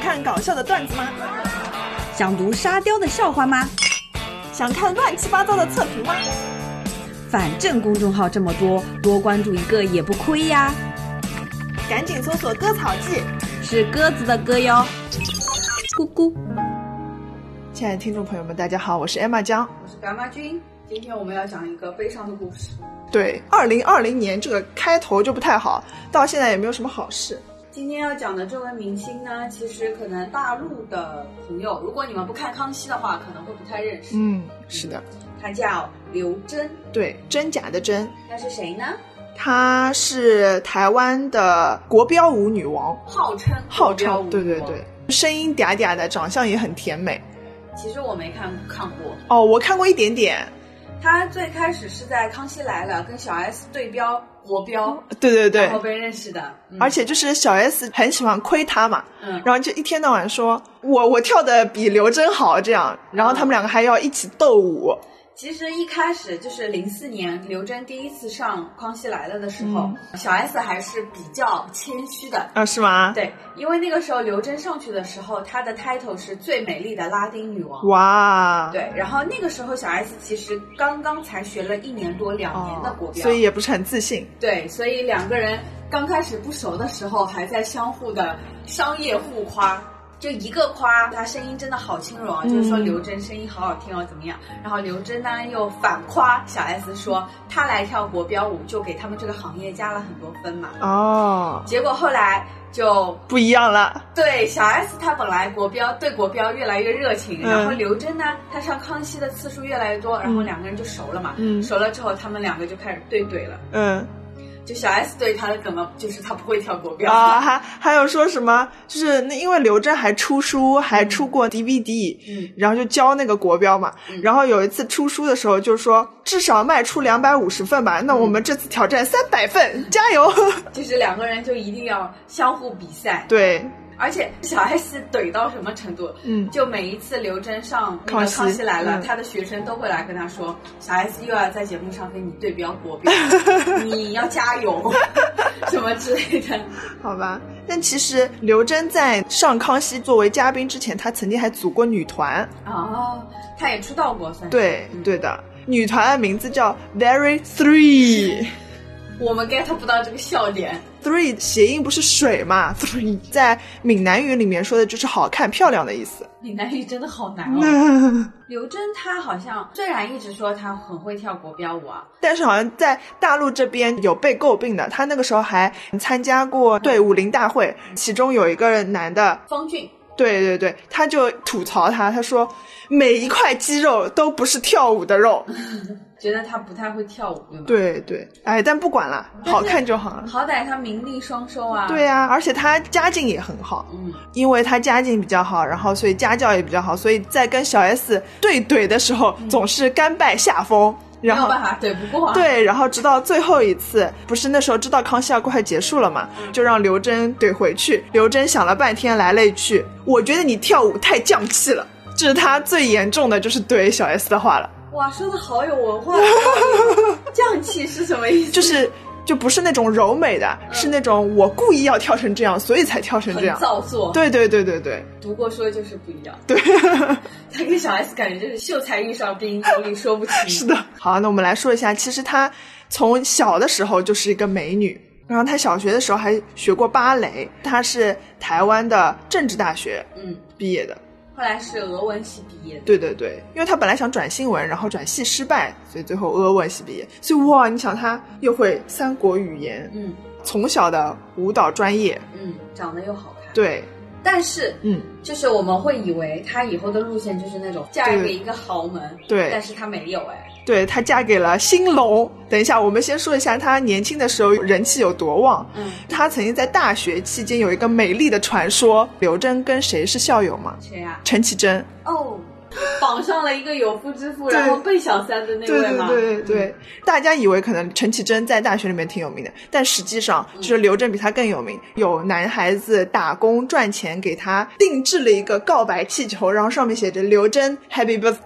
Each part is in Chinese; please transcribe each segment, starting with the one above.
看搞笑的段子吗？ 想读沙雕的笑话吗？ 想看乱七八糟的测评吗？ 反正公众号这么多，多关注一个也不亏呀。 赶紧搜索割草记， 是鸽子的歌哟。咕咕。 亲爱的听众朋友们，大家好，我是 Emma 江， 我是干妈君。今天我们要讲一个悲伤的故事。 对，2020年这个开头就不太好，到现在也没有什么好事。 今天要讲的这位明星呢，其实可能大陆的朋友，如果你们不看康熙的话，可能会不太认识。 是的， 他叫刘真。 对，真假的真。 那是谁呢？ 她是台湾的国标舞女王， 号称对对对，声音嗲嗲的，长相也很甜美。 其实我没看过哦，我看过一点点。 他最开始是在《康熙来了》跟小 S 对标国标， 对对对， 然后被认识的。 而且就是小 S 很喜欢亏他嘛，然后就一天到晚说我跳的比刘真好这样，然后他们两个还要一起斗舞。 其实一开始就是04年刘真第一次上《康熙来了》的时候，小 S 还是比较谦虚的啊，是吗？ 对，因为那个时候刘真上去的时候，她的 title 是最美丽的拉丁女王。 哇， 对，然后那个时候小 S 其实刚刚才学了1年多2年的国标， 所以也不是很自信。 对，所以两个人刚开始不熟的时候，还在相互的商业互夸。就一个夸他声音真的好轻柔啊，就是说刘真声音好好听哦，怎么样？然后刘真呢又反夸小 S 说他来跳国标舞就给他们这个行业加了很多分嘛。哦，结果后来就不一样了。 对，小 S 他本来对国标越来越热情，然后刘真呢他上康熙的次数越来越多，然后两个人就熟了嘛。熟了之后他们两个就开始对怼了。就小 S 对他的梗嘛，就是他不会跳国标啊，还有说什么，就是那因为刘真还出书，还出过 DVD，然后就教那个国标嘛，然后有一次出书的时候就说至少卖出250份吧，那我们这次挑战300份，加油！ 就是两个人就一定要相互比赛。 对。 而且小 S 怼到什么程度？就每一次刘真上那个康熙来了，他的学生都会来跟他说，小 S 又要在节目上跟你对标国标，你要加油，什么之类的。 好吧，但其实刘真在上康熙作为嘉宾之前，他曾经还组过女团。 哦，他也出道过，算是。 对，对的，女团的名字叫 Very Three。 我们 get 不到这个笑点。 Three 谐音不是水嘛 ？Three 在闽南语里面说的就是好看、漂亮的意思。 闽南语真的好难哦。刘真她好像虽然一直说她很会跳国标舞啊， 但是好像在大陆这边有被诟病的。她那个时候还参加过对武林大会，其中有一个男的方俊。 对对对，他就吐槽他说每一块肌肉都不是跳舞的肉。 觉得他不太会跳舞，对吗？ 对对，哎，但不管了，好看就好了。 好歹他名利双收啊。 对啊，而且他家境也很好。因为他家境比较好，然后所以家教也比较好，所以在跟小 S 对怼的时候，总是甘拜下风。然后没有办法怼不过。 对，然后直到最后一次，不是那时候知道康熙要快结束了嘛，就让刘真怼回去。刘真想了半天，来了一句：“我觉得你跳舞太降气了。”这是他最严重的，就是怼小 S 的话了。 哇，说的好有文化。降气是什么意思？ 就不是那种柔美的，是那种我故意要跳成这样，所以才跳成这样， 很造作。 对对对对对， 读过说就是不一样。 对， 他跟小 S 感觉就是秀才遇上兵，有理说不清。 是的。好，那我们来说一下，其实她从小的时候就是一个美女，然后她小学的时候还学过芭蕾，她是台湾的政治大学毕业的。 后来是俄文系毕业的。 对对对，因为他本来想转新闻，然后转系失败，所以最后俄文系毕业。所以哇，你想他又会3国语言，从小的舞蹈专业， 长得又好看。 对， 但是就是我们会以为他以后的路线就是那种嫁给一个豪门， 对， 但是他没有哎。 对，她嫁给了兴隆。等一下，我们先说一下她年轻的时候人气有多旺。她曾经在大学期间有一个美丽的传说，刘真跟谁是校友吗？ 谁啊？ 陈绮贞。 哦，绑上了一个有夫之妇，然后被小三的那位吗？ 对对对对，大家以为可能陈绮贞在大学里面挺有名的，但实际上就是刘真比她更有名。有男孩子打工赚钱给她定制了一个告白气球，然后上面写着刘真 Happy Birthday。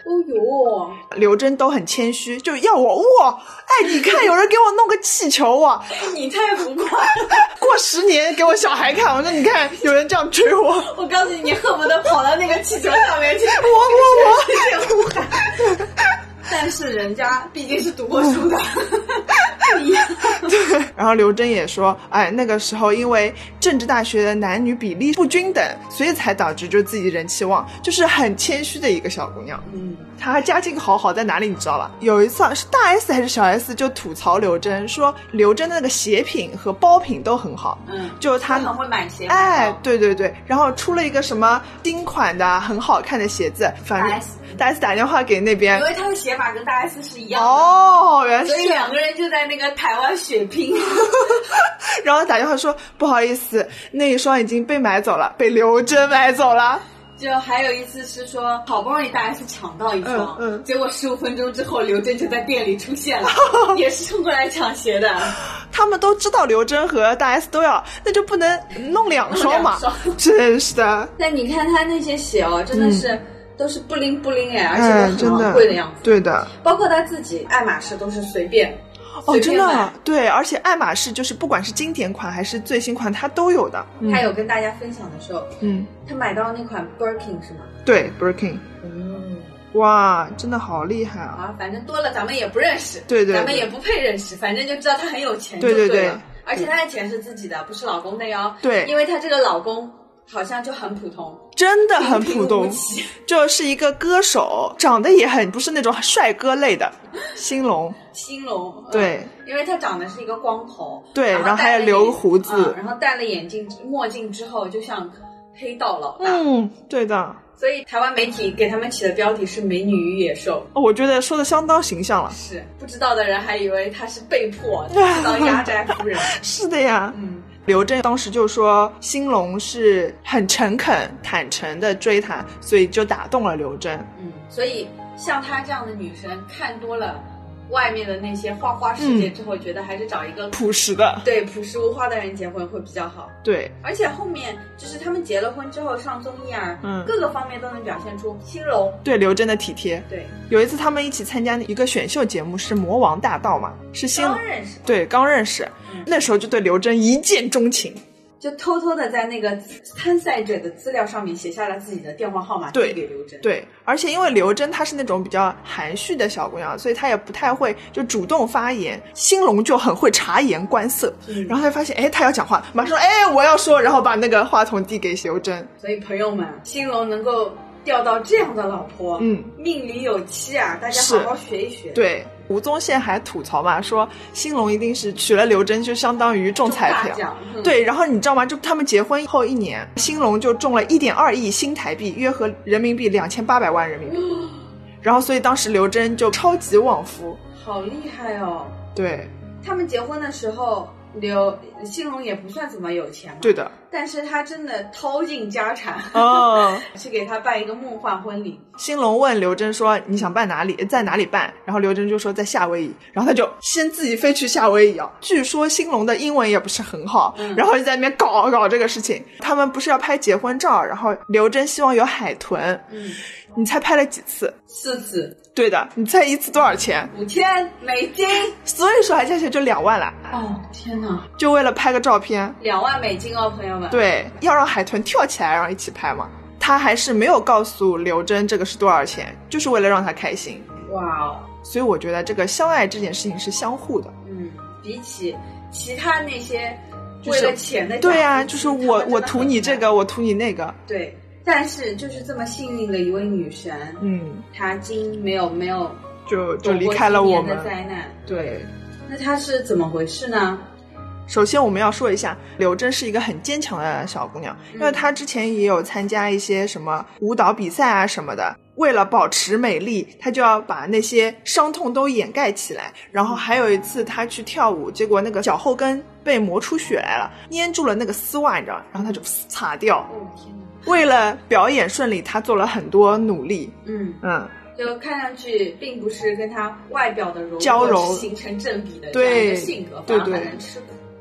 哦哟， 刘真都很谦虚，就要我哇，哎，你看有人给我弄个气球啊， 你太浮夸了。 过10年给我小孩看，我说你看有人这样追我， 我告诉你，你恨不得跑到那个气球上面去， 我世界呼喊。但是人家毕竟是读过书的，不一样。 对，然后刘真也说，哎，那个时候因为政治大学的男女比例不均等，所以才导致就自己人气旺，就是很谦虚的一个小姑娘。她家境好在哪里你知道吧？有一次是大 S 还是小 S 就吐槽刘真，说刘真的那个鞋品和包品都很好，就她很会买鞋， 哎，对，然后出了一个什么新款的很好看的鞋子，反正大 S 打电话给那边， 因为他的写法跟大 S 是一样的哦，原来是， 所以2个人就在那个台湾血拼。 然后打电话说不好意思，那一双已经被买走了，被刘真买走了。 就还有一次是说好不容易大 S 抢到一双，结果15分钟之后刘真就在店里出现了，也是冲过来抢鞋的。 他们都知道刘真和大 S 都要，那就不能弄2双嘛，真是的。 但你看他那些鞋哦，真的是都是不灵不灵哎，而且都很昂贵的样子。 对的， 包括他自己爱马仕都是随便哦，真的对，而且爱马仕就是不管是经典款还是最新款，它都有的。 他有跟大家分享的时候，他买到那款 Birkin 是吗？ 对 Birkin。哇，真的好厉害啊！ 反正多了咱们也不认识， 对， 咱们也不配认识，反正就知道他很有钱就对了。而且他的钱是自己的，不是老公的哟。 对， 因为他这个老公好像就很普通， 真的很普通，就是一个歌手，长得也很不是那种帅哥类的，兴隆，对， 因为他长得是一个光头， 对，然后还有留胡子， 然后戴了眼镜墨镜之后，就像黑道老大， 对的。 所以台湾媒体给他们起的标题是美女与野兽， 我觉得说的相当形象了。 是，不知道的人还以为他是被迫当压寨夫人。 是的呀。刘真当时就说兴隆是很诚恳坦诚的追他，所以就打动了刘真。 所以像她这样的女生看多了外面的那些花世界之后，觉得还是找一个朴实的， 对，朴实无华的人结婚会比较好。 对， 而且后面就是他们结了婚之后上综艺啊，各个方面都能表现出兴隆对刘真的体贴。 对， 有一次他们一起参加一个选秀节目，是魔王大道嘛，是刚认识， 对，刚认识，那时候就对刘真一见钟情。 就偷偷的在那个参赛者的资料上面写下了自己的电话号码，递给刘真。 对，而且因为刘真她是那种比较含蓄的小姑娘，所以她也不太会就主动发言。兴隆就很会察言观色，然后他就发现，哎，她要讲话，马上说，哎，我要说，然后把那个话筒递给刘真。 所以朋友们，兴隆能够钓到这样的老婆，命里有妻啊，大家好好学一学。 对。吴宗宪还吐槽嘛，说兴隆一定是娶了刘真就相当于中彩票，对，然后你知道吗？就他们结婚后1年，兴隆就中了1.2亿新台币，约合人民币2800万人民币，然后所以当时刘真就超级旺夫， 好厉害哦。 对， 他们结婚的时候兴隆也不算怎么有钱嘛， 对的， 但是他真的掏尽家产去给他办一个梦幻婚礼。 兴隆问刘真说你想办哪里，在哪里办，然后刘真就说在夏威夷，然后他就先自己飞去夏威夷啊。据说兴隆的英文也不是很好，然后就在那边搞这个事情。他们不是要拍结婚照，然后刘真希望有海豚，你猜拍了几次 ？4次。 对的，你猜一次多少钱 ？5000美金， 所以说还加起来就2万了。 哦，天哪！ 就为了拍个照片 ，2万美金哦，朋友们。 对，要让海豚跳起来，然后一起拍嘛。他还是没有告诉刘真这个是多少钱，就是为了让他开心。 哇哦！ 所以我觉得这个相爱这件事情是相互的。 比起其他那些为了钱的， 对啊，就是我图你这个，我图你那个。 对。但是就是这么幸运的一位女神，她经没有就离开了我们的灾难。 对， 那她是怎么回事呢？ 首先我们要说一下，刘真是一个很坚强的小姑娘，因为她之前也有参加一些什么舞蹈比赛啊什么的，为了保持美丽，她就要把那些伤痛都掩盖起来。然后还有一次她去跳舞，结果那个脚后跟被磨出血来了，粘住了那个丝袜，你知道，然后她就擦掉。 天哪！ 为了表演顺利，她做了很多努力。 就看上去并不是跟她外表的娇柔形成正比的这样一个性格，反而很能吃苦。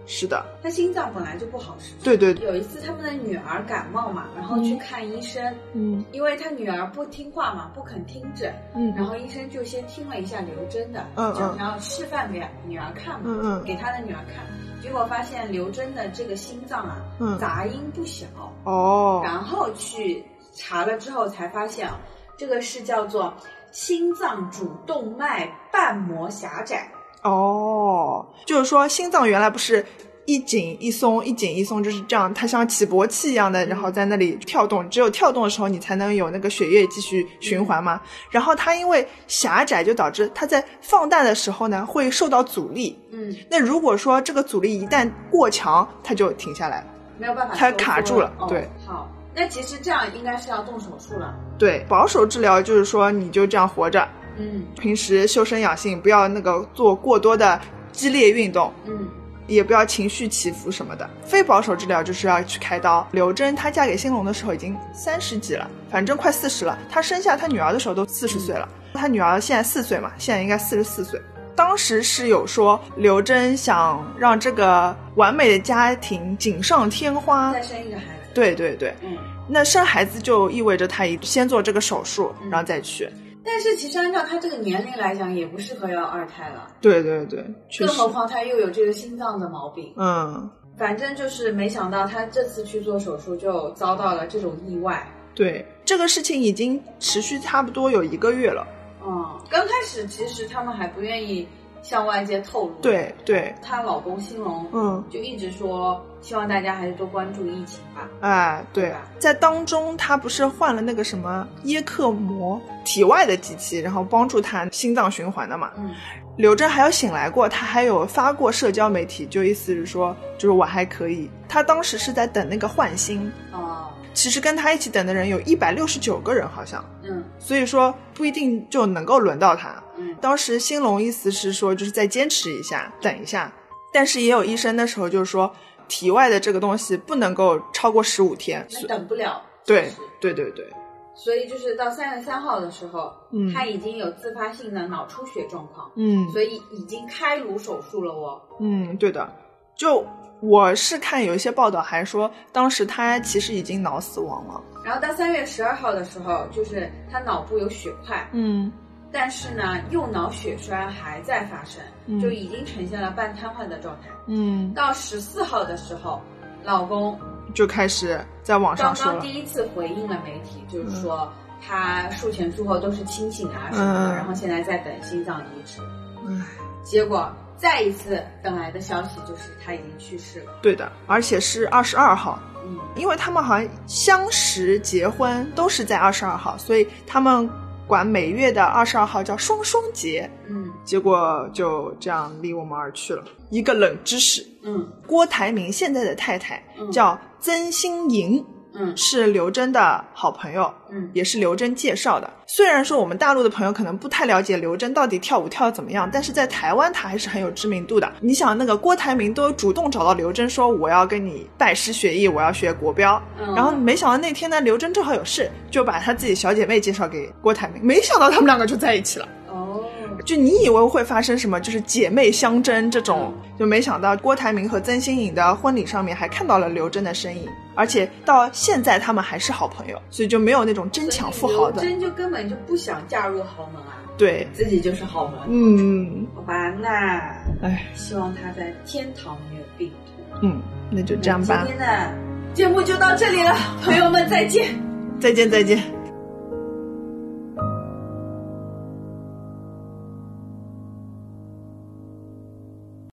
是的， 他心脏本来就不好使。 对对， 有一次他们的女儿感冒嘛，然后去看医生，因为他女儿不听话嘛，不肯听诊，然后医生就先听了一下刘真的，想要示范给女儿看嘛，给他的女儿看，结果发现刘真的这个心脏啊，杂音不小然后去查了之后才发现啊，这个是叫做心脏主动脉瓣膜狭窄。 就是说心脏原来不是一紧一松一紧一松，就是这样，它像起搏器一样的，然后在那里跳动，只有跳动的时候你才能有那个血液继续循环嘛。然后它因为狭窄就导致它在放大的时候呢会受到阻力，那如果说这个阻力一旦过强，它就停下来了， 没有办法， 它卡住了。对， 好，那其实这样应该是要动手术了。 对，保守治疗就是说你就这样活着，平时修身养性，不要那个做过多的激烈运动，也不要情绪起伏什么的。非保守治疗就是要去开刀。刘真她嫁给兴隆的时候已经30几了，反正快40了。她生下她女儿的时候都40岁了，她女儿现在4岁嘛，现在应该44岁。当时是有说刘真想让这个完美的家庭锦上添花， 再生一个孩子。 对对对，那生孩子就意味着她先做这个手术，然后再去。 但是其实按照他这个年龄来讲，也不适合要2胎了。 对对对， 更何况他又有这个心脏的毛病。 反正就是没想到他这次去做手术就遭到了这种意外。 对，这个事情已经持续差不多有1个月了。 刚开始其实他们还不愿意向外界透露。 对对， 她老公兴隆就一直说希望大家还是多关注疫情吧。 对，在当中他不是换了那个什么耶克膜体外的机器，然后帮助他心脏循环的嘛。刘真还有醒来过，他还有发过社交媒体，就意思是说就是我还可以。他当时是在等那个换心。其实跟他一起等的人有169个人好像。所以说不一定就能够轮到他。当时兴隆意思是说就是再坚持一下，等一下。但是也有医生的时候就是说体外的这个东西不能够超过15天， 那等不了。 对对对对， 所以就是到3月3号的时候，他已经有自发性的脑出血状况，所以已经开颅手术了对的。就我是看有一些报道还说当时他其实已经脑死亡了。 然后到3月12号的时候，就是他脑部有血块，但是呢右脑血栓还在发生，就已经呈现了半瘫痪的状态。到14号的时候，老公就开始在网上说了， 刚刚第一次回应了媒体，就是说他术前术后都是清醒啊什么的，然后现在在等心脏移植。结果再一次等来的消息就是他已经去世了。对的， 而且是22号。因为他们好像相识结婚都是在22号，所以他们管每月的22号叫双双节。结果就这样离我们而去了。一个冷知识，郭台铭现在的太太叫曾心莹，是刘真的好朋友，也是刘真介绍的。虽然说我们大陆的朋友可能不太了解刘真到底跳舞跳得怎么样，但是在台湾他还是很有知名度的。你想那个郭台铭都主动找到刘真说我要跟你拜师学艺，我要学国标，然后没想到那天呢刘真正好有事，就把他自己小姐妹介绍给郭台铭，没想到他们两个就在一起了。就你以为会发生什么就是姐妹相争这种，就没想到郭台铭和曾心颖的婚礼上面还看到了刘真的身影，而且到现在他们还是好朋友，所以就没有那种争抢富豪的。 刘真就根本就不想嫁入豪门啊， 对， 自己就是豪门。好吧，那希望他在天堂没有病痛。 那就这样吧。 今天的节目就到这里了，朋友们再见。 再见。